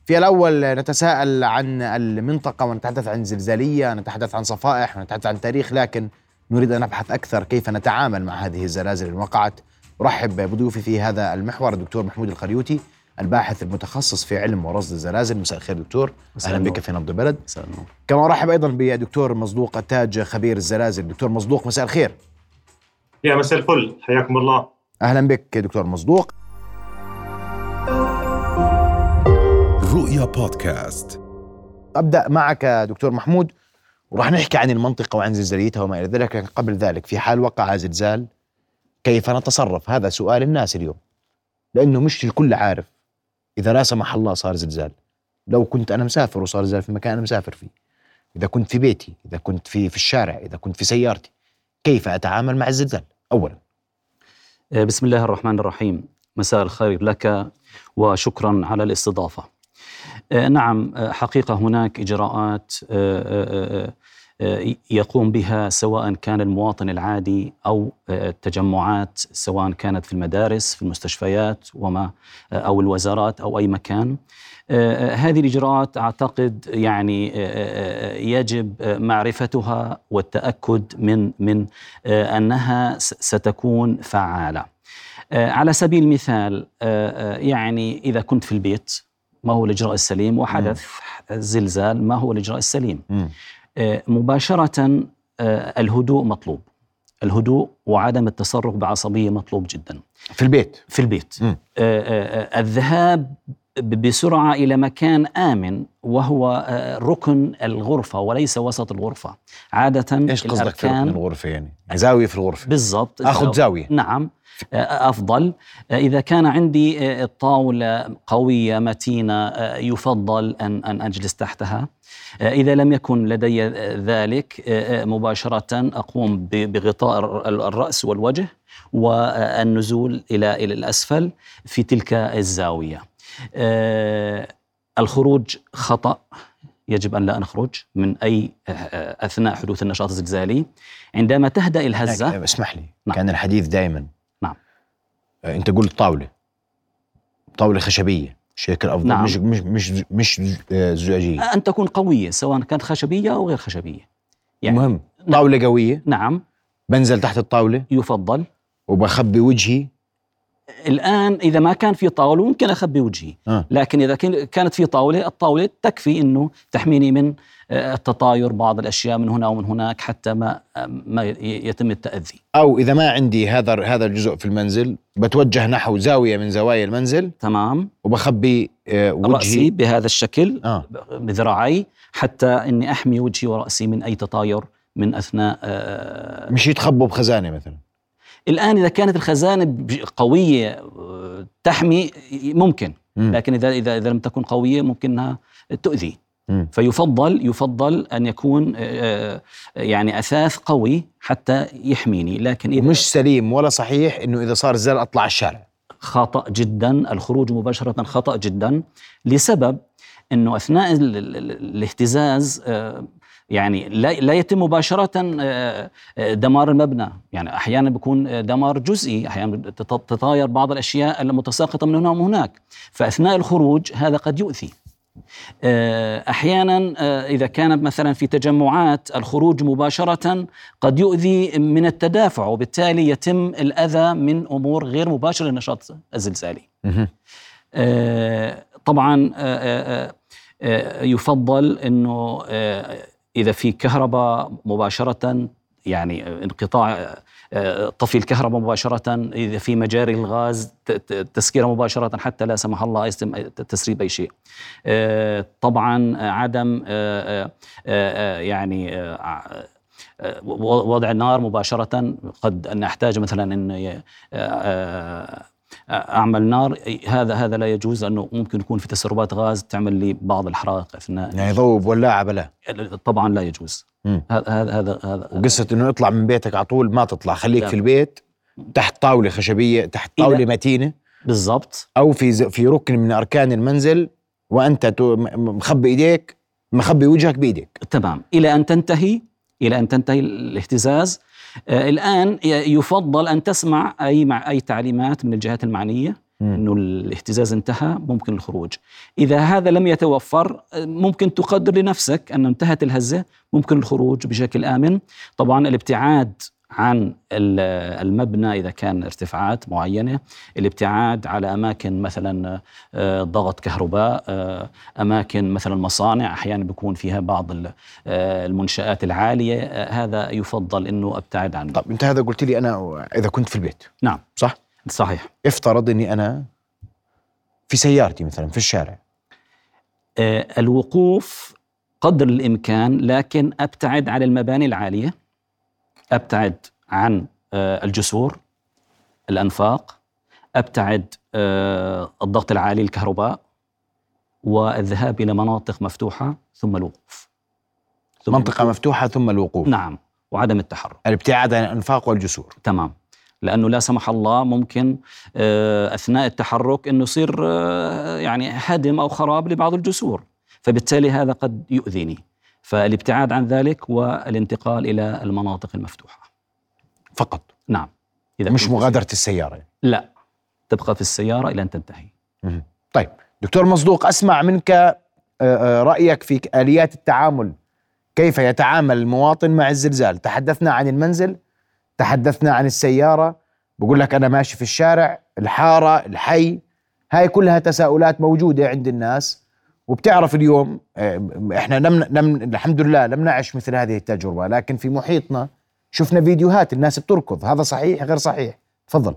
في الأول نتساءل عن المنطقة ونتحدث عن زلزالية، نتحدث عن صفائح ونتحدث عن تاريخ، لكن نريد أن نبحث أكثر كيف نتعامل مع هذه الزلازل اللي وقعت. أرحب بضيوفي في هذا المحور الدكتور محمود الخريوتي، الباحث المتخصص في علم ورصد الزلازل. مساء الخير دكتور، أهلا بك في نبض البلد. كما أرحب أيضا بدكتور مصدوق التاج خبير الزلازل. دكتور مصدوق مساء الخير. يا مساء الفل، حياكم الله. أهلا بك دكتور مصدوق. رؤيا بودكاست. أبدأ معك دكتور محمود، وراح نحكي عن المنطقة وعن زلزاليتها وما إلى ذلك. قبل ذلك، في حال وقع زلزال كيف نتصرف؟ هذا سؤال الناس اليوم، لأنه مش الكل عارف. إذا لا سمح الله صار زلزال، لو كنت أنا مسافر وصار زلزال في مكان أنا مسافر فيه، إذا كنت في بيتي، إذا كنت في الشارع، إذا كنت في سيارتي، كيف أتعامل مع الزلزال؟ أولا بسم الله الرحمن الرحيم. مساء الخير لك وشكرا على الاستضافة. نعم، حقيقة هناك إجراءات يقوم بها سواء كان المواطن العادي أو التجمعات، سواء كانت في المدارس، في المستشفيات أو الوزارات أو أي مكان. هذه الإجراءات أعتقد يعني يجب معرفتها والتأكد من أنها ستكون فعالة. على سبيل المثال، يعني إذا كنت في البيت ما هو الإجراء السليم، وحدث زلزال ما هو الإجراء السليم؟ مباشرة الهدوء مطلوب، الهدوء وعدم التصرف بعصبية مطلوب جدا في البيت. الذهاب بسرعة إلى مكان آمن، وهو ركن الغرفة وليس وسط الغرفة. عادة إيش قصدك في ركن الغرفة؟ يعني زاوية في الغرفة بالضبط، أخذ زاوية. نعم، أفضل. إذا كان عندي الطاولة قوية متينة يفضل أن أجلس تحتها. إذا لم يكن لدي ذلك مباشرة أقوم بغطاء الرأس والوجه والنزول إلى الأسفل في تلك الزاوية. الخروج خطأ، يجب أن لا نخرج من أي أثناء حدوث النشاط الزلزالي. عندما تهدأ الهزة، اسمح لي، نعم. كان الحديث دائما، نعم، أنت قلت طاولة خشبية شكل أفضل. نعم. مش زجاجية. أن تكون قوية سواء كانت خشبية أو غير خشبية. يعني مهم طاولة قوية. نعم. بنزل تحت الطاولة يفضل، وبخبي وجهي. الآن إذا ما كان في طاولة ممكن أخبي وجهي، لكن إذا كانت في طاولة، الطاولة تكفي إنه تحميني من التطاير بعض الأشياء من هنا ومن هناك حتى ما يتم التأذي. أو إذا ما عندي هذا الجزء في المنزل، بتوجه نحو زاوية من زوايا المنزل. تمام. وبخبي وجهي رأسي بهذا الشكل بذراعي حتى إني أحمي وجهي ورأسي من أي تطاير من أثناء مش يتخبوا بخزانة مثلا. الآن إذا كانت الخزانة قوية تحمي ممكن، لكن إذا لم تكن قوية ممكنها تؤذي. فيفضل أن يكون يعني أثاث قوي حتى يحميني. لكن إذا مش سليم ولا صحيح إنه إذا صار زلزال أطلع الشارع. خطأ جدا، الخروج مباشرة خطأ جدا، لسبب إنه أثناء الاهتزاز يعني لا يتم مباشرة دمار المبنى. يعني أحيانا بيكون دمار جزئي، أحيانا تتطاير بعض الأشياء المتساقطة من هنا ومن هناك. فأثناء الخروج هذا قد يؤذي. أحيانا إذا كانت مثلا في تجمعات، الخروج مباشرة قد يؤذي من التدافع، وبالتالي يتم الأذى من أمور غير مباشرة للنشاط الزلزالي. طبعا يفضل أنه إذا في كهرباء مباشرة، يعني انقطاع طفي الكهرباء مباشرة. إذا في مجاري الغاز تسكيرها مباشرة حتى لا سمح الله يتم تسريب أي شيء. طبعا عدم يعني وضع النار مباشرة. قد أن أحتاج مثلا أن أعمل نار، هذا لا يجوز، لأنه ممكن يكون في تسربات غاز تعمل لي بعض الحرائق أثناء، يعني ضوء ولاعة بلا، طبعا لا يجوز. هذا وقصة إنه اطلع من بيتك على طول ما تطلع، خليك في البيت تحت طاولة خشبية، تحت طاولة متينة بالضبط، أو في ركن من أركان المنزل، وأنت مخبي إيديك، مخبي وجهك بإيديك. تمام، إلى أن تنتهي الاهتزاز. الآن يفضل أن تسمع أي تعليمات من الجهات المعنية إنه الاهتزاز انتهى ممكن الخروج. إذا هذا لم يتوفر ممكن تقدر لنفسك أن انتهت الهزة، ممكن الخروج بشكل آمن. طبعا الابتعاد عن المبنى إذا كان ارتفاعات معينة، الابتعاد على أماكن مثلا ضغط كهرباء، أماكن مثلا مصانع أحيانا بيكون فيها بعض المنشآت العالية، هذا يفضل أنه أبتعد عنه. طب أنت هذا قلت لي أنا إذا كنت في البيت. نعم صح؟ صحيح. افترض أني أنا في سيارتي مثلا في الشارع. الوقوف قدر الإمكان، لكن أبتعد عن المباني العالية، أبتعد عن الجسور، الأنفاق، أبتعد الضغط العالي، الكهرباء، والذهاب إلى مناطق مفتوحة ثم الوقوف. منطقة مفتوحة ثم الوقوف. نعم، وعدم التحرك. الابتعاد عن الأنفاق والجسور. تمام، لأنه لا سمح الله ممكن أثناء التحرك أنه يصير يعني هدم أو خراب لبعض الجسور، فبالتالي هذا قد يؤذيني. فالابتعاد عن ذلك والانتقال إلى المناطق المفتوحة فقط. نعم. إذا مش مغادرة السيارة. لا، تبقى في السيارة إلى أن تنتهي. طيب دكتور مصدوق، أسمع منك رأيك في آليات التعامل، كيف يتعامل المواطن مع الزلزال. تحدثنا عن المنزل، تحدثنا عن السيارة، بقول لك أنا ماشي في الشارع، الحارة، الحي، هاي كلها تساؤلات موجودة عند الناس. وبتعرف اليوم احنا الحمد لله لم نعش مثل هذه التجربة، لكن في محيطنا شفنا فيديوهات الناس بتركض. هذا صحيح غير صحيح؟ تفضل.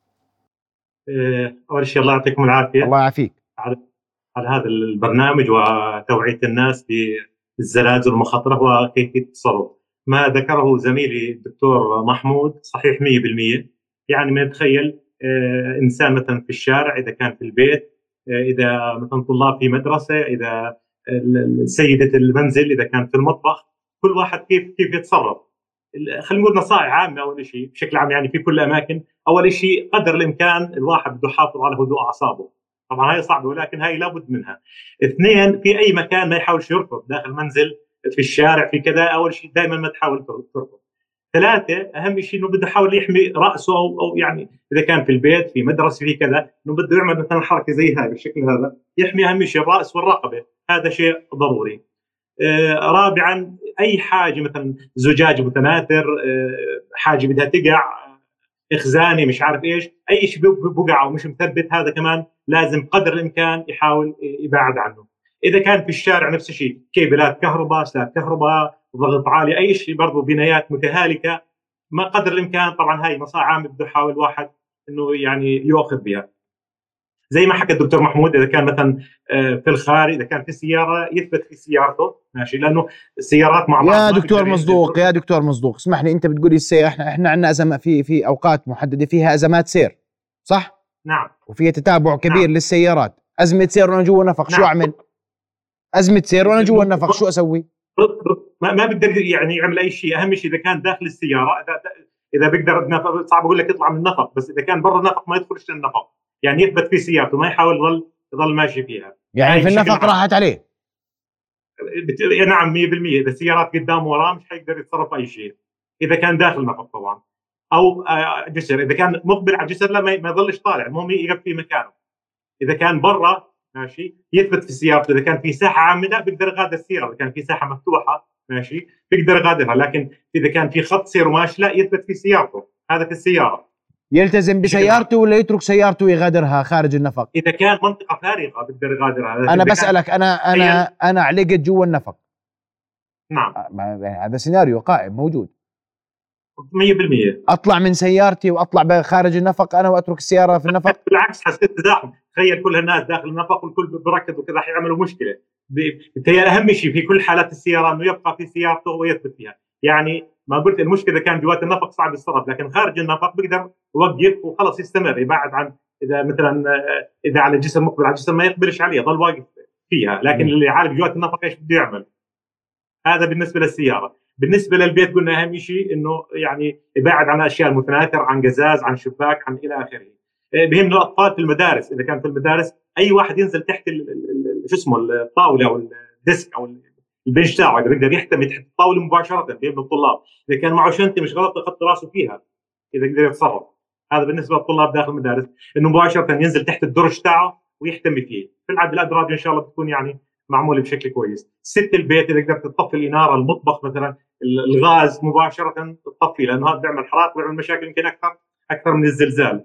أول شيء الله يعطيكم العافية. الله يعافيك. على هذا البرنامج وتوعية الناس بالزلازل ومخاطرها وكيفية التصرف. ما ذكره زميلي الدكتور محمود صحيح 100%. يعني ما يتخيل إنسان مثلا في الشارع، إذا كان في البيت، إذا مثلا طلاب في مدرسة، إذا سيدة المنزل إذا كان في المطبخ، كل واحد كيف يتصرف. خلينا نقول نصائح عامة. أول شيء بشكل عام يعني في كل الأماكن، أول شيء قدر الإمكان الواحد بده يحافظ على هدوء أعصابه. طبعا هاي صعبة ولكن هاي لابد منها. اثنين، في أي مكان ما يحاولش يركض، داخل المنزل، في الشارع، في كذا، أول شيء دائما ما تحاول تركض. ثلاثة، أهم شيء إنه بده يحاول يحمي رأسه أو يعني إذا كان في البيت، في مدرسة، في كذا، إنه بده يعمل مثلا حركة زي هاي بالشكل هذا، يحمي أهم شيء الرأس والرقبة، هذا شيء ضروري. رابعا، أي حاجة مثلا زجاج متناثر، حاجة بدها تقع، إخزاني، مش عارف إيش، أي شيء بقع أو مش مثبت، هذا كمان لازم قدر الإمكان يحاول يبعد عنه. إذا كان في الشارع نفس الشيء، كيبلات كهرباء، سلك كهرباء، ضغط عالي، أي شيء برضو بنايات متهالكة، ما قدر الإمكان. طبعا هاي نصائح عامة بده يحاول الواحد إنه يعني يأخذ بها. زي ما حكى الدكتور محمود، إذا كان مثلا في الخارج، إذا كان في سيارة، يثبت في سيارته ماشي، لأنه السيارات مع بعض. يا دكتور مصدوق، يا دكتور مصدوق، اسمح لي، أنت بتقولي السيارة، إحنا عندنا أزمات في أوقات محددة فيها أزمات سير، صح؟ نعم. وفيها تتابع كبير. نعم. للسيارات، أزمة سير وأنا جوا نفق. نعم. شو أعمل؟ أزمة سير وأنا جوا النفق، شو أسوي؟ ما بقدر يعني يعمل أي شيء. أهم شيء إذا كان داخل السيارة، إذا بقدر، صعب أقول لك يطلع من النفق، بس إذا كان برا النفق ما يدخلش للنفق، يعني يثبت في سيارته، ما يحاول يظل ماشي فيها. يعني في النفق راحت عليه. نعم 100%. إذا السيارات قدام وراه مش حيقدر يتصرف أي شيء. إذا كان داخل النفق طبعا، أو جسر، إذا كان مقبل على الجسر لا ما يظلش طالع، المهم يقف في مكانه. إذا كان برا ماشي يثبت في سيارته. إذا كان في ساحة عامة بيقدر يغادر السيارة. إذا كان في ساحة مفتوحة ماشي بيقدر يغادرها، لكن إذا كان في خط سير وماشي لا، يثبت في سيارته. هذا في السيارة. يلتزم بسيارته ولا يترك سيارته ويغادرها خارج النفق؟ إذا كان منطقة فارغة بيقدر يغادرها. أنا بسألك، أنا علقت جوا النفق. نعم. هذا سيناريو قائم موجود 100%. أطلع من سيارتي وأطلع خارج النفق أنا وأترك السيارة في النفق؟ بالعكس، حسيت تزاحم. تخيل كل الناس داخل النفق والكل بركض وكذا، حيعملوا مشكلة. بالتالي أهم شيء في كل حالات السيارة إنه يبقى في سيارته ويثبت فيها. يعني ما قلت المشكلة كان جوات النفق صعب يتصرف، لكن خارج النفق بيقدر يوقف وخلص يستمر، يبعد عن، إذا مثلا إذا على جسم مقبل على جسم ما يقبلش عليه، ضل واقف فيها. لكن اللي عالق جوات النفق إيش بده يعمل؟ هذا بالنسبة للسيارة. بالنسبة للبيت قلنا أهم شيء إنه يعني يبعد عن أشياء المتناثرة، عن قزاز، عن شباك، عن إلى آخره. بهم الأطفال في المدارس، إذا كان في المدارس أي واحد ينزل تحت شو اسمه الطاولة أو الديسك أو البنش تاعه، إذا بيقدر يحتمي تحت الطاولة مباشرة. بهم الطلاب إذا كان معه شنطة مش غلط يحط راسه فيها إذا قدر يتصرف. هذا بالنسبه للطلاب داخل المدارس، انه مباشره ينزل تحت الدرج تاعه ويحتمي فيه. في العاده الادراج ان شاء الله بتكون يعني معموله بشكل كويس. ست البيت اذا قدرت تطفي الاناره، المطبخ مثلا، الغاز مباشره تطفي، لانه هذا بيعمل حرائق وبيعمل مشاكل يمكن اكثر من الزلزال.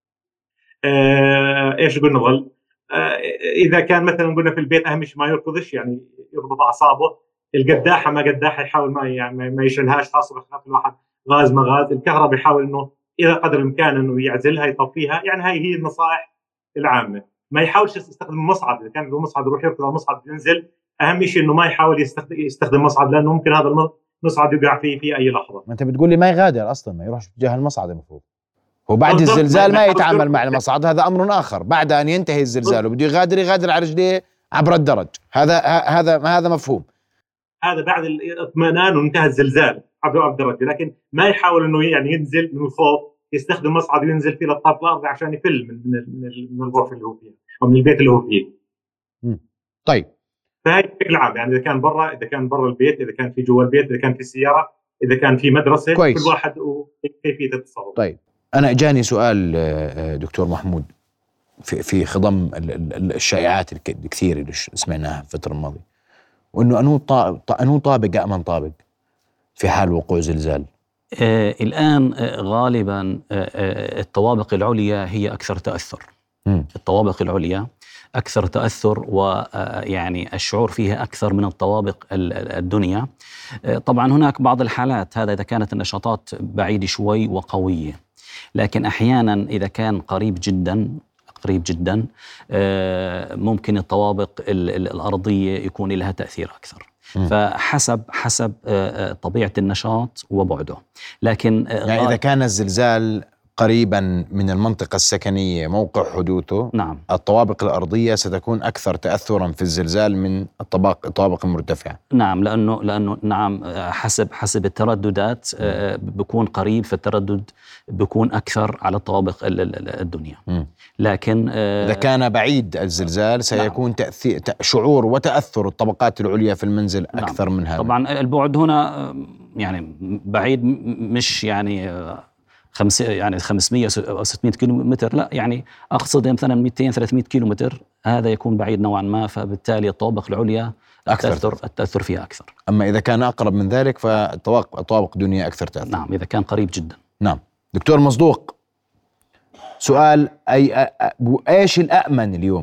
ايش قلنا ظل؟ اذا كان مثلا قلنا في البيت اهم شيء ما يركضش، يعني يضبط اعصابه. القداحه ما قداحه يحاول ما يشيلهاش، خاصه بخلاف الواحد غاز ما غاز. الكهرباء يحاول انه اذا قدر الامكان انه يعزلها يطفيها. يعني هاي هي النصائح العامه. ما يحاولش يستخدم المصعد، اذا كان له مصعد يروح يركض على المصعد ينزل. اهم شيء انه ما يحاول يستخدم مصعد، لانه ممكن هذا المصعد يقع فيه في اي لحظه. ما انت بتقول لي ما يغادر اصلا، ما يروحش باتجاه المصعد. المفروض هو بعد بالضبط، الزلزال ما يتعامل مع المصعد، هذا امر اخر. بعد ان ينتهي الزلزال وبده يغادر على رجليه عبر الدرج. هذا مفهوم. هذا بعد الاطمئنان وانتهى الزلزال عبر الدرج، لكن ما يحاول انه يعني ينزل من الخوف يستخدم مصعد وينزل فيه للطابق الارضي عشان يفل من الغرفه اللي هو فيها او من البيت اللي هو فيه. طيب، فهي بشكل عام يعني اذا كان برا البيت، اذا كان في جوا البيت، اذا كان في سياره، اذا كان في مدرسه، كويس. كل واحد وكيفيه التصرف. طيب، انا اجاني سؤال دكتور محمود في خضم الشائعات الكثير اللي سمعناها في الفتره الماضيه، وانه انه طابق امن طابق في حال وقوع زلزال. الآن غالبا الطوابق العليا هي أكثر تأثر. الطوابق العليا أكثر تأثر، ويعني الشعور فيها أكثر من الطوابق الدنيا. طبعا هناك بعض الحالات، هذا إذا كانت النشاطات بعيدة شوي وقوية، لكن أحيانا إذا كان قريب جدا ممكن الطوابق الأرضية يكون لها تأثير أكثر. فحسب طبيعة النشاط وبعده. لكن يعني إذا كان الزلزال قريبا من المنطقة السكنية موقع حدوثه، نعم، الطوابق الأرضية ستكون أكثر تأثرا في الزلزال من الطوابق المرتفعة. نعم، لأنه نعم حسب الترددات بيكون قريب، فالتردد بيكون أكثر على الطوابق الدنيا. لكن إذا كان بعيد الزلزال سيكون نعم. تأثير شعور وتأثر الطبقات العليا في المنزل أكثر نعم. من هذا. طبعا البعد هنا يعني بعيد، مش يعني 500 أو 600 كيلومتر، لا، يعني أقصد مثلا 200-300 كيلومتر، هذا يكون بعيد نوعا ما، فبالتالي الطوابق العليا التأثر فيها أكثر. أما إذا كان أقرب من ذلك فالطوابق الدنيا أكثر تأثر. نعم، إذا كان قريب جدا. نعم. دكتور مصدوق، سؤال إيش الأأمن اليوم؟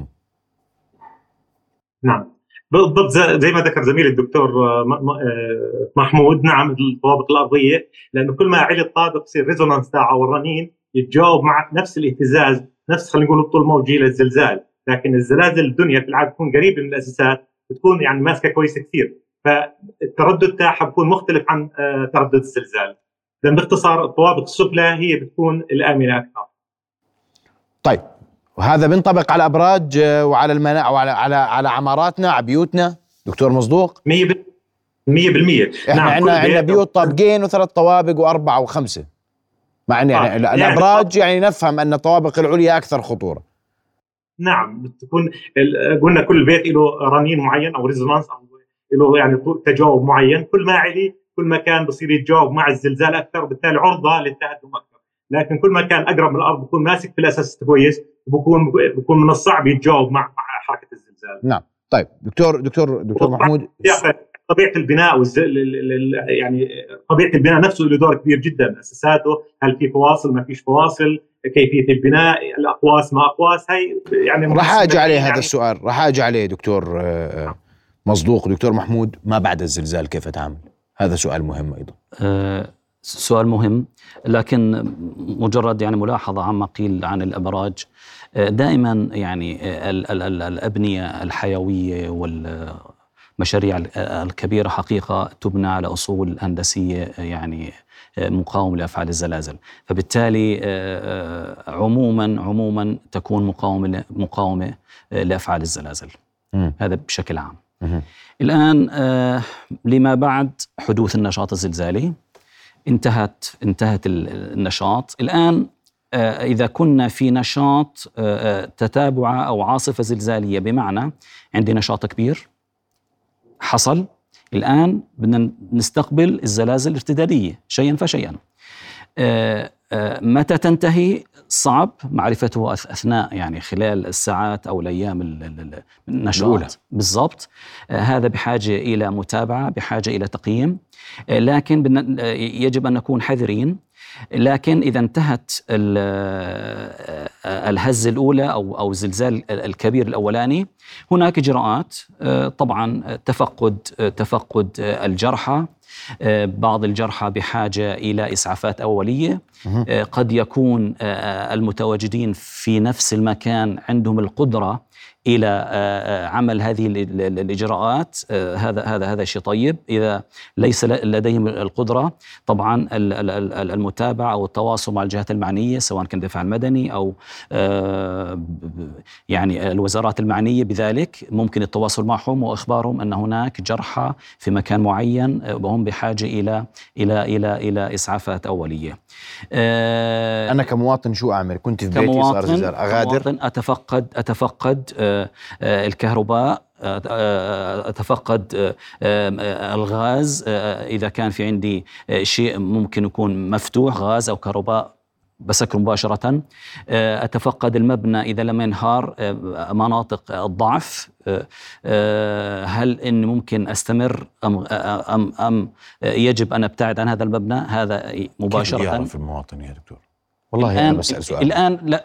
نعم بالضبط زي ما ذكر زميلي الدكتور محمود. نعم، الطوابق الأرضية، لأنه كل ما علي الطابق يصير ريزونانس تاعه والرنين يتجاوب مع نفس الاهتزاز، نفس خلينا نقول الطول موجي للزلزال. لكن الزلازل الدنيا في العاده تكون قريبه من الاساسات، بتكون يعني ماسكه كويس كثير، فالتردد تاعها بيكون مختلف عن تردد الزلزال. لأن باختصار الطوابق السفلى هي بتكون الآمنة أكثر. طيب، وهذا بينطبق على الأبراج وعلى المناع وعلى عماراتنا، على بيوتنا دكتور مصدوق؟ 100%. احنا عندنا بيوت طابقين وثلاث طوابق وأربعة وخمسة، مع ان يعني الأبراج يعني نفهم أن الطوابق العليا أكثر خطورة. نعم، بتكون قلنا كل بيت له رنين معين أو ريزونانس أو له يعني تجاوب معين. كل ما علي كل ما كان بصير يتجاوب مع الزلزال أكثر، وبالتالي عرضة للتهدم أكثر. لكن كل ما كان أقرب من الأرض بكون ماسك في الأساس كويس، وبكون من الصعب يتجاوب مع حركة الزلزال. نعم. طيب دكتور محمود، طبيعة البناء يعني طبيعة البناء نفسه له دور كبير جدا. أساساته، هل في فواصل، ما فيش فواصل، كيفية البناء، الأقواس ما أقواس، هي يعني راح أجي عليه يعني هذا السؤال، راح أجي عليه دكتور مصدوق. دكتور محمود، ما بعد الزلزال كيف أتعامل؟ هذا سؤال مهم أيضا. سؤال مهم، لكن مجرد يعني ملاحظة عما قيل عن الأبراج. دائما يعني الأبنية الحيوية والمشاريع الكبيرة حقيقة تبنى على أصول هندسية يعني مقاومة لأفعال الزلازل، فبالتالي عموما تكون مقاومة لأفعال الزلازل. هذا بشكل عام. الآن لما بعد حدوث النشاط الزلزالي، انتهت النشاط. الآن إذا كنا في نشاط تتابع أو عاصفة زلزالية، بمعنى عندي نشاط كبير حصل، الآن بدنا نستقبل الزلازل الارتدادية شيئا فشيئا. متى تنتهي صعب معرفته أثناء يعني خلال الساعات أو الأيام النشاط بالضبط. هذا بحاجة إلى متابعة، بحاجة إلى تقييم، لكن يجب أن نكون حذرين. لكن إذا انتهت الهزة الأولى أو الزلزال الكبير الأولاني، هناك إجراءات طبعا تفقد الجرحى. بعض الجرحى بحاجة إلى إسعافات أولية. قد يكون المتواجدين في نفس المكان عندهم القدرة إلى عمل هذه الإجراءات. هذا شيء طيب. إذا ليس لديهم القدرة، طبعا المتابعة أو التواصل مع الجهات المعنية، سواء كان الدفاع المدني أو يعني الوزارات المعنية بذلك، ممكن التواصل معهم وإخبارهم أن هناك جرحى في مكان معين وهم بحاجة إلى إسعافات أولية. أنا كمواطن شو أعمل؟ كنت في بيتي صار زلزال، أغادر؟ أتفقد الكهرباء، أتفقد الغاز. إذا كان في عندي شيء ممكن يكون مفتوح، غاز أو كهرباء، بسكر مباشرة. أتفقد المبنى إذا لم ينهار، مناطق الضعف. هل إن ممكن أستمر أم يجب أن أبتعد عن هذا المبنى؟ هذا مباشرة. كيف يعرف المواطن يا دكتور؟ والله أنا بسأل سؤال الآن. لا،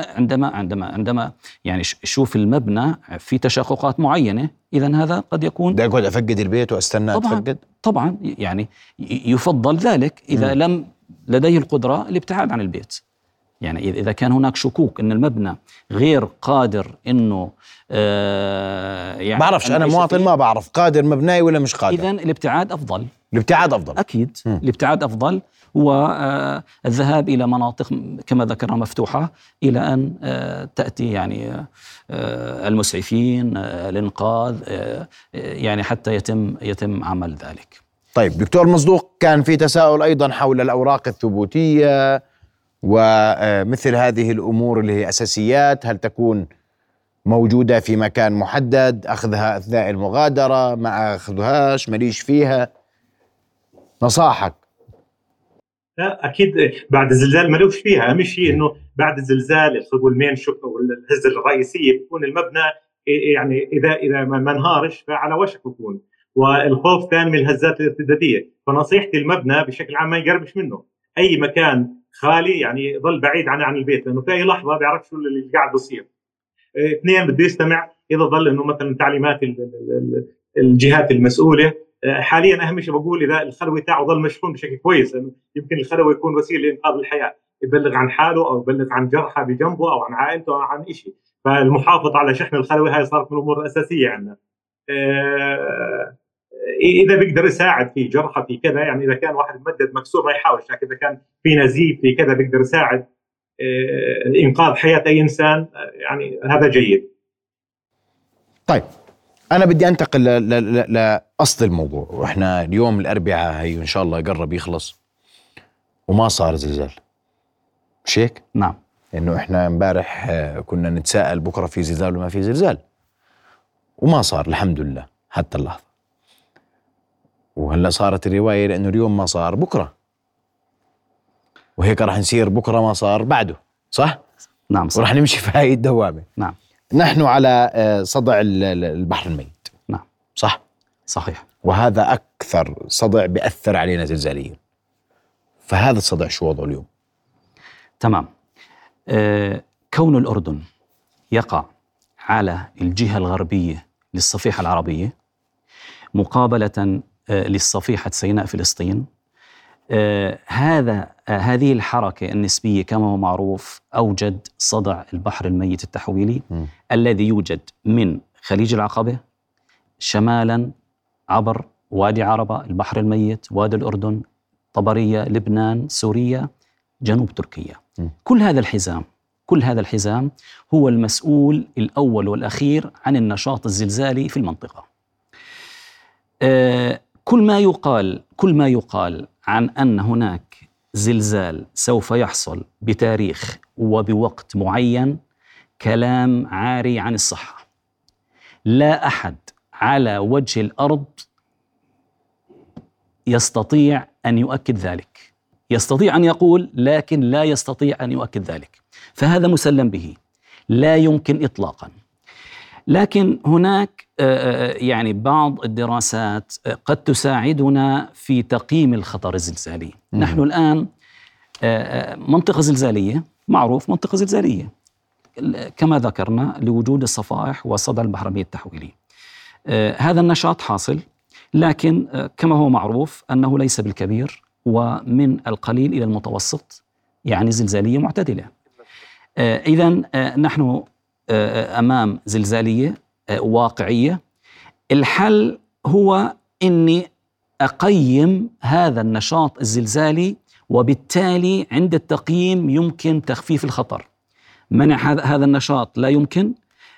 عندما يعني شوف المبنى في تشققات معينة، إذن هذا قد يكون بدي أقعد أفقد البيت وأستنى أتفقد؟ طبعا يعني يفضل ذلك إذا لم لديه القدرة الابتعاد عن البيت. يعني إذا كان هناك شكوك أن المبنى غير قادر إنه يعني بعرفش، أنا مواطن ما بعرف قادر مبناي ولا مش قادر، إذن الابتعاد أفضل. الابتعاد أفضل أكيد. الابتعاد أفضل، والذهاب إلى مناطق كما ذكرنا مفتوحة إلى أن تأتي يعني المسعفين، الإنقاذ، يعني حتى يتم عمل ذلك. طيب دكتور مصدوق، كان في تساؤل أيضا حول الأوراق الثبوتية ومثل هذه الأمور اللي هي أساسيات، هل تكون موجودة في مكان محدد، أخذها أثناء المغادرة، ما أخذهاش، ماليش فيها؟ نصاحك. اكيد بعد الزلزال ملوش فيها. اهم شيء انه بعد الزلزال المين شوك او الهزه الرئيسيه بيكون المبنى يعني اذا ما انهارش فعلى وشك يكون، والخوف ثاني من الهزات الارتداديه. فنصيحتي المبنى بشكل عام ما يقربش منه، اي مكان خالي يعني ضل بعيد عن البيت، لانه في اي لحظه بيعرف شو اللي قاعد بيصير. اثنين، بده يستمع اذا ظل انه مثلا تعليمات الجهات المسؤوله. حاليا اهم شيء بقول اذا الخلوي تاعه ظل مشحون بشكل كويس، لانه يمكن الخلوي يكون وسيله لانقاذ الحياه، يبلغ عن حاله او يبلغ عن جرحى بجنبه او عن عائلته او عن شيء. فالمحافظه على شحن الخلوي هاي صارت من الامور الاساسيه عندنا. اذا بيقدر يساعد في جرحى في كذا، يعني اذا كان واحد ممدد مكسور ما يحاولش، لكن اذا كان في نزيف في كذا بيقدر يساعد انقاذ حياه اي انسان، يعني هذا جيد. طيب أنا بدي أنتقل لأصل الموضوع، وإحنا اليوم الأربعاء هي إن شاء الله يقرب يخلص وما صار زلزال، مش هيك؟ نعم. إنه إحنا امبارح كنا نتساءل بكرة في زلزال وما في زلزال، وما صار الحمد لله حتى اللحظة. وهلا صارت الرواية لأنه اليوم ما صار بكرة، وهيك راح نصير بكرة ما صار بعده، صح؟ نعم صح. وراح نمشي في هاي الدوامة. نعم. نحن على صدع البحر الميت. نعم صح؟ صحيح. وهذا أكثر صدع بيأثر علينا زلزاليا. فهذا الصدع شو وضعه اليوم؟ تمام. كون الأردن يقع على الجهة الغربية للصفيحة العربية مقابلة للصفيحة سيناء فلسطين، هذه الحركة النسبية كما هو معروف أوجد صدع البحر الميت التحويلي الذي يوجد من خليج العقبة شمالا عبر وادي عربة، البحر الميت، وادي الأردن، طبرية، لبنان، سوريا، جنوب تركيا. كل هذا الحزام هو المسؤول الأول والأخير عن النشاط الزلزالي في المنطقة. كل ما يقال عن أن هناك زلزال سوف يحصل بتاريخ وبوقت معين كلام عاري عن الصحة. لا أحد على وجه الأرض يستطيع أن يؤكد ذلك. يستطيع أن يقول لكن لا يستطيع أن يؤكد ذلك، فهذا مسلم به لا يمكن إطلاقا. لكن هناك يعني بعض الدراسات قد تساعدنا في تقييم الخطر الزلزالي. نحن الآن منطقة زلزالية، معروف منطقة زلزالية كما ذكرنا لوجود الصفائح والصدع البحرمي التحويلي. هذا النشاط حاصل، لكن كما هو معروف أنه ليس بالكبير، ومن القليل إلى المتوسط، يعني زلزالية معتدلة. إذن نحن أمام زلزالية واقعية. الحل هو أني أقيم هذا النشاط الزلزالي، وبالتالي عند التقييم يمكن تخفيف الخطر. منع هذا النشاط لا يمكن،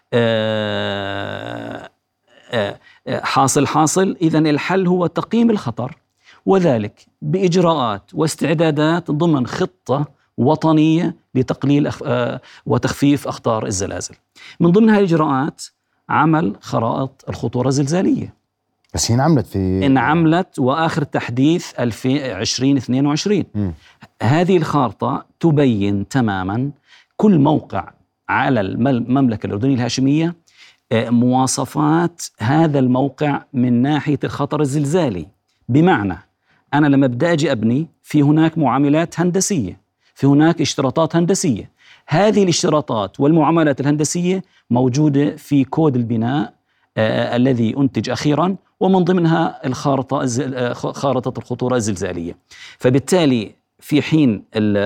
حاصل. إذن الحل هو تقييم الخطر، وذلك بإجراءات واستعدادات ضمن خطة وطنية لتقليل وتخفيف أخطار الزلازل. من ضمن هذه الإجراءات عمل خرائط الخطورة الزلزالية، بس هي انعملت وآخر تحديث 2022. هذه الخارطة تبين تماما كل موقع على المملكة الأردنية الهاشمية، مواصفات هذا الموقع من ناحية الخطر الزلزالي. بمعنى أنا لما بدي أجي أبني، في هناك معاملات هندسية، في هناك اشتراطات هندسية. هذه الاشتراطات والمعاملات الهندسية موجودة في كود البناء الذي أنتج أخيرا، ومن ضمنها خارطة الخطورة الزلزالية. فبالتالي في حين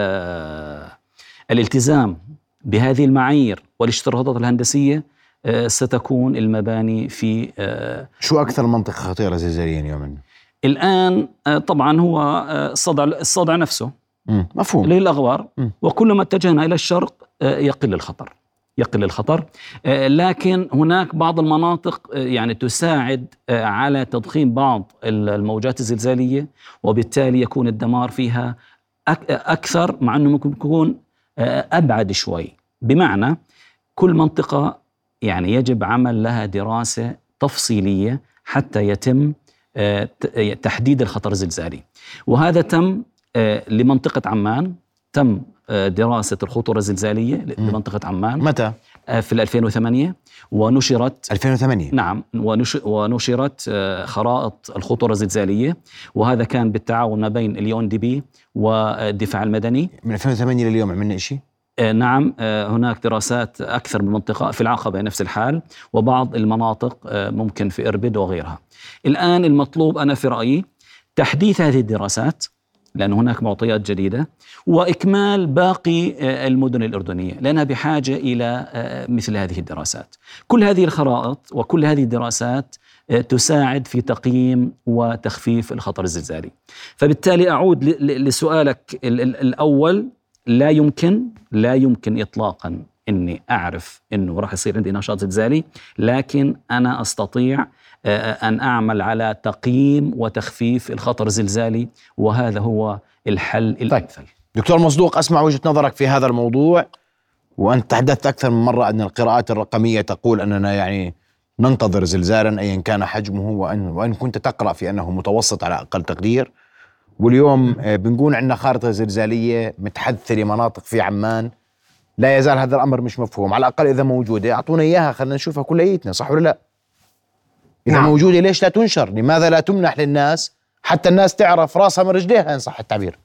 الالتزام بهذه المعايير والاشتراطات الهندسية ستكون المباني في شو أكثر منطقة خطيرة زلزاليا يوما الآن؟ طبعا هو الصدع نفسه، مفهوم، للأغوار. وكلما اتجهنا إلى الشرق يقل الخطر. لكن هناك بعض المناطق يعني تساعد على تضخيم بعض الموجات الزلزالية، وبالتالي يكون الدمار فيها أكثر، مع أنه ممكن يكون أبعد شوي. بمعنى كل منطقة يعني يجب عمل لها دراسة تفصيلية حتى يتم تحديد الخطر الزلزالي. وهذا تم لمنطقة عمان، تم دراسة الخطورة الزلزالية لمنطقة عمان. متى؟ في 2008، ونشرت 2008. نعم، ونشرت خرائط الخطورة الزلزالية، وهذا كان بالتعاون ما بين الUNDP والدفاع المدني. من 2008 لليوم عملنا شيء؟ نعم، هناك دراسات أكثر من منطقة، في العقبة نفس الحال، وبعض المناطق ممكن في إربد وغيرها. الآن المطلوب أنا في رأيي تحديث هذه الدراسات، لأن هناك معطيات جديدة، وإكمال باقي المدن الأردنية، لأنها بحاجة إلى مثل هذه الدراسات. كل هذه الخرائط وكل هذه الدراسات تساعد في تقييم وتخفيف الخطر الزلزالي. فبالتالي أعود لسؤالك الأول، لا يمكن إطلاقا أني أعرف أنه راح يصير عندي نشاط زلزالي، لكن أنا أستطيع أن أعمل على تقييم وتخفيف الخطر الزلزالي، وهذا هو الحل الأمثل. طيب دكتور مصدوق، أسمع وجهة نظرك في هذا الموضوع، وأنت تحدثت أكثر من مرة أن القراءات الرقمية تقول أننا يعني ننتظر زلزالا أيا كان حجمه، وأن كنت تقرأ في أنه متوسط على أقل تقدير، واليوم بنقول عندنا خارطة زلزالية متحدثة لمناطق في عمان. لا يزال هذا الأمر مش مفهوم، على الأقل إذا موجودة أعطونا إياها، خلنا نشوفها كليتنا، صح ولا لا؟ إذا موجودة ليش لا تنشر؟ لماذا لا تمنح للناس حتى الناس تعرف راسها من رجليها إن صح التعبير؟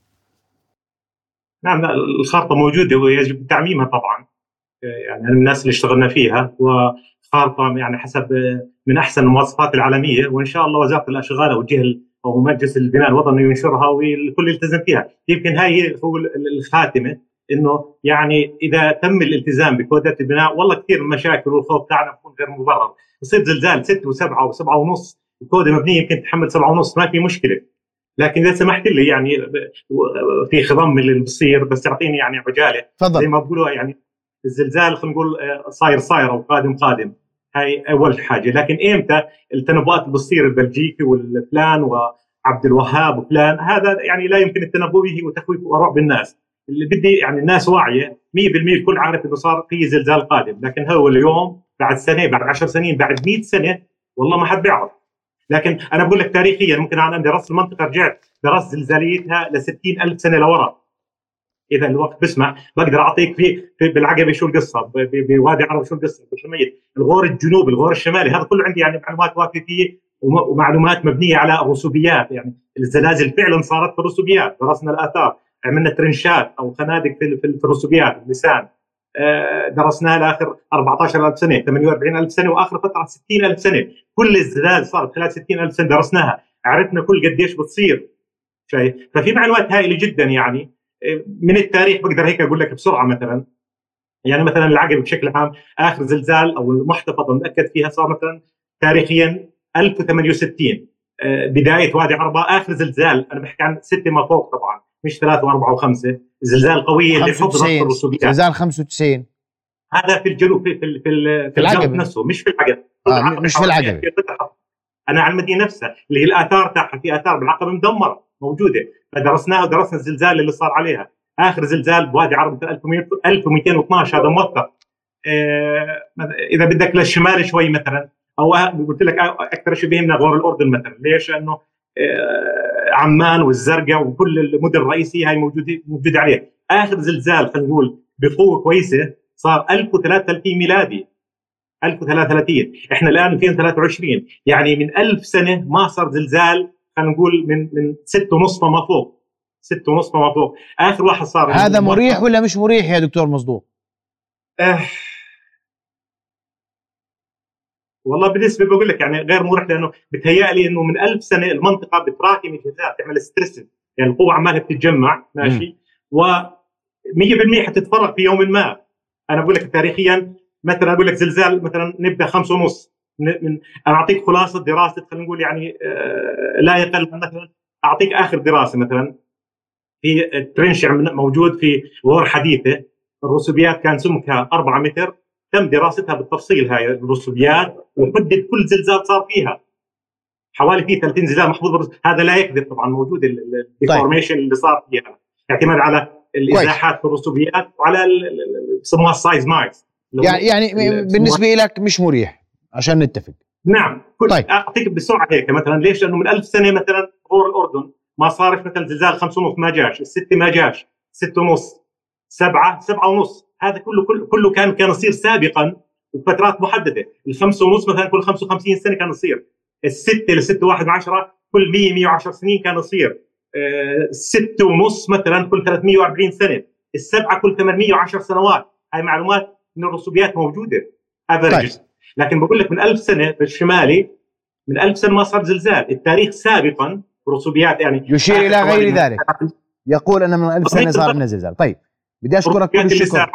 نعم، الخارطة موجودة ويجب تعميمها طبعا. يعني الناس اللي اشتغلنا فيها، وخارطة يعني حسب من أحسن المواصفات العالمية، وإن شاء الله وزارة الأشغال أو الجهة أو مجلس البناء الوطني ينشرها والكل يلتزم فيها. يمكن هاي هو الخاتمة، إنه يعني إذا تم الالتزام بكودات البناء، والله كثير من المشاكل والخوف تاعنا بيكون غير مبرر. يصير زلزال 6 و7 و7.5، الكودة مبنية يمكن تحمل 7.5، ما في مشكلة. لكن إذا سمحت لي يعني في خضم اللي بصير، بس يعطيني يعني عجالة. تفضل. زي ما بقولوا يعني الزلزال خلينا نقول صاير أو قادم، هاي أول حاجة. لكن إمتى التنبؤات اللي بتصير البلجيكي والفلان وعبد الوهاب وفلان، هذا يعني لا يمكن التنبؤ به وتخويف ورعب الناس. اللي بدي يعني الناس واعية 100%، الكل عارف إنه صار في زلزال قادم، لكن هو اليوم بعد سنة، بعد 10 سنين، بعد 100 سنة، والله ما حد بيعرف. لكن أنا بقول لك تاريخيا ممكن أنا درست المنطقة، رجعت درست زلزاليتها ل60,000 سنة لورا. إذا الوقت بسمح بقدر أعطيك في بالعقبة شو القصة، بوادي عرب شو القصة، بالحميد، الغور الجنوبي، الغور الشمالي، هذا كله عندي يعني معلومات وافية فيه ومعلومات مبنية على الرسوبيات. يعني الزلازل فعلا صارت في الرسوبيات، درسنا الآثار، عملنا ترنشات أو خنادق في الرسوبيات، اللسان درسناها لآخر 14,000 سنة، 48,000 سنة، وآخر فترة 60,000 سنة. كل الزلازل صارت خلال 60,000 سنة درسناها، عرفنا كل قديش بتصير. شايف؟ ففي معلومات هائلة جدا يعني من التاريخ. بقدر هيك أقول لك بسرعة مثلا، يعني مثلا العقبة بشكل عام آخر زلزال أو المحتفظة متأكد فيها صار مثلا تاريخيا 1068 بداية وادي عربة. آخر زلزال أنا بحكي عن 6 ما فوق طبعا، مش 3 و4 و5، زلزال قوي اللي حضرت الرسوبيات. زلزال 95 هذا في الجنوب في الجنوب نفسه، مش في العقبة. مش في العقبة. أنا على المدينة نفسها اللي هي الآثار تاعها، في آثار بالعقبة مدمرة موجودة، فدرسناها ودرسنا الزلزال اللي صار عليها. آخر زلزال بوادي عرب 1212 هذا موثق. إذا بدك للشمال شوي مثلا، أو قلت لك أكثر شيء بيهمنا غور الأردن مثلا. ليش؟ لأنه عمان والزرقاء وكل المدن الرئيسية هاي موجودة عليها. آخر زلزال خلينا نقول بقوة كويسة صار 1033 ميلادي، 1033. إحنا الآن 2023، يعني من 1000 سنة ما صار زلزال خلينا نقول من 6.5 فما فوق، 6.5 فما فوق. آخر واحد صار. هذا مريح ولا مش مريح يا دكتور مصدوق؟ والله بالنسبة بقول لك يعني غير مريح، لأنه بتهيألي إنه من 1000 سنة المنطقة بتراكم إجهادات، تعمل ستريس، يعني القوة عمالها بتتجمع ماشي، و100% حتتفرغ في يوم ما. أنا بقول لك تاريخيا مثلا، أقول لك زلزال مثلا نبدأ 5.5 أنا أعطيك خلاصة دراسة خلينا نقول يعني لا يقل مثلا. أعطيك آخر دراسة مثلا في ترنش موجود في غور حديثة، الرسوبيات كان سمكها 4 متر، تم دراستها بالتفصيل هاي الرسوبيات، وحدد كل زلزال صار فيها. حوالي فيه 30 زلزال محفوظ، هذا لا يكذب طبعا، موجود الديفورميشن اللي صار فيها، اعتماد على الازاحات في الرسوبيات وعلى بسموها السايز مايز. يعني بالنسبة لك مش مريح عشان نتفق. نعم. طيب أعطيك بسرعة هيك مثلا، ليش؟ لأنه من 1000 سنة مثلا غور الأردن ما صارش مثلا زلزال 5.5 ما جاش، 6 ما جاش، 6.5، 7.5. هذا كله كان يصير سابقا بفترات محددة. 5.5 مثلا كل 55 سنة كان يصير، 6 ل 6.1 كل 110 سنين كان يصير، 6.5 مثلا كل 340 سنة، 7 كل 810 سنوات. هاي معلومات من الرسوبيات موجودة افريج. لكن بقول لك من 1000 سنة بالشمالي، من 1000 سنة ما صار زلزال. التاريخ سابقا رسوبيات يعني يشير إلى غير ذلك، يقول أن من 1000 سنة صار لنا زلزال. طيب بدي أشكرك كل الشكر.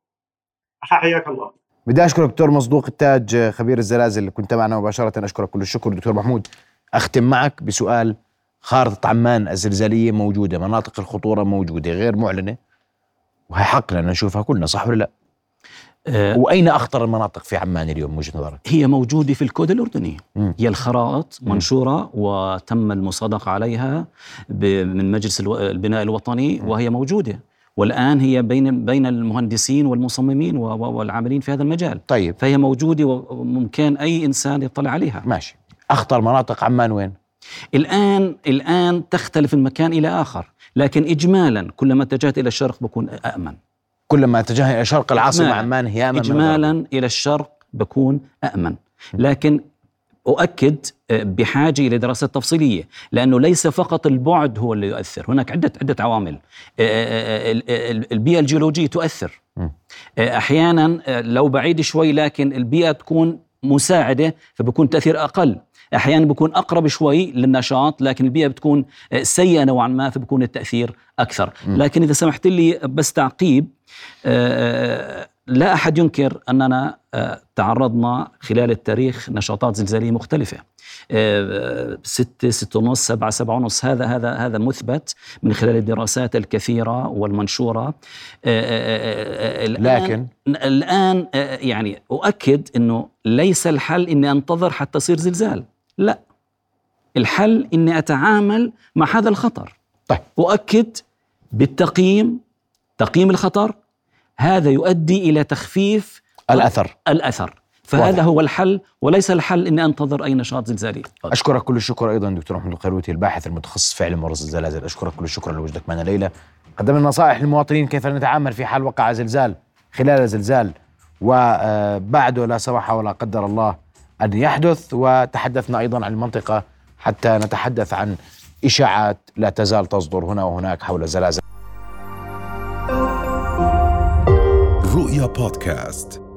حياك الله. بدي أشكرك دكتور مصدوق التاج، خبير الزلازل اللي كنت معنا مباشرة. أشكرك كل الشكر دكتور محمود. أختم معك بسؤال. خارطة عمان الزلزالية موجودة، مناطق الخطورة موجودة غير معلنة، وهي حقنا نشوفها كلنا، صح ولا لا؟ وأين أخطر المناطق في عمان اليوم من وجهة نظرك؟ هي موجودة في الكود الأردني. هي الخرائط منشورة وتم المصادقة عليها من مجلس البناء الوطني، وهي موجودة، والآن هي بين المهندسين والمصممين والعاملين في هذا المجال. طيب. فهي موجودة وممكن أي إنسان يطلع عليها. ماشي. أخطر مناطق عمان وين؟ الآن تختلف من مكان إلى آخر، لكن إجمالا كلما اتجهت إلى الشرق بكون أأمن. كلما اتجهنا إلى شرق العاصمة عمان هي أمن. إجمالا إلى الشرق بكون أأمن، لكن أؤكد بحاجة إلى دراسة تفصيلية، لأنه ليس فقط البعد هو اللي يؤثر، هناك عدة عوامل. البيئة الجيولوجية تؤثر أحيانا، لو بعيد شوي لكن البيئة تكون مساعدة فبكون تأثير أقل. أحيانا بكون أقرب شوي للنشاط لكن البيئة بتكون سيئة نوعا ما فبكون التأثير أكثر. لكن إذا سمحت لي بس تعقيب، لا أحد ينكر أننا تعرضنا خلال التاريخ نشاطات زلزالية مختلفة، 6 6.5 7 7.5. هذا مثبت من خلال الدراسات الكثيرة والمنشورة. لكن الآن يعني أؤكد أنه ليس الحل إني أنتظر حتى يصير زلزال، لا، الحل إني أتعامل مع هذا الخطر. طيب. أؤكد تقييم الخطر، هذا يؤدي إلى تخفيف الأثر. فهذا واضح. هو الحل، وليس الحل إني أنتظر أي نشاط زلزالي. أشكرك كل الشكر أيضا دكتور محمود القيروتي الباحث المتخصص في علم ورصد الزلازل. أشكرك كل الشكر لوجودك معنا ليلى. قدمنا نصائح للمواطنين كيف نتعامل في حال وقع زلزال، خلال زلزال وبعده لا سمح ولا قدر الله أن يحدث. وتحدثنا أيضا عن المنطقة حتى نتحدث عن إشاعات لا تزال تصدر هنا وهناك حول زلازل. رؤيا بودكاست.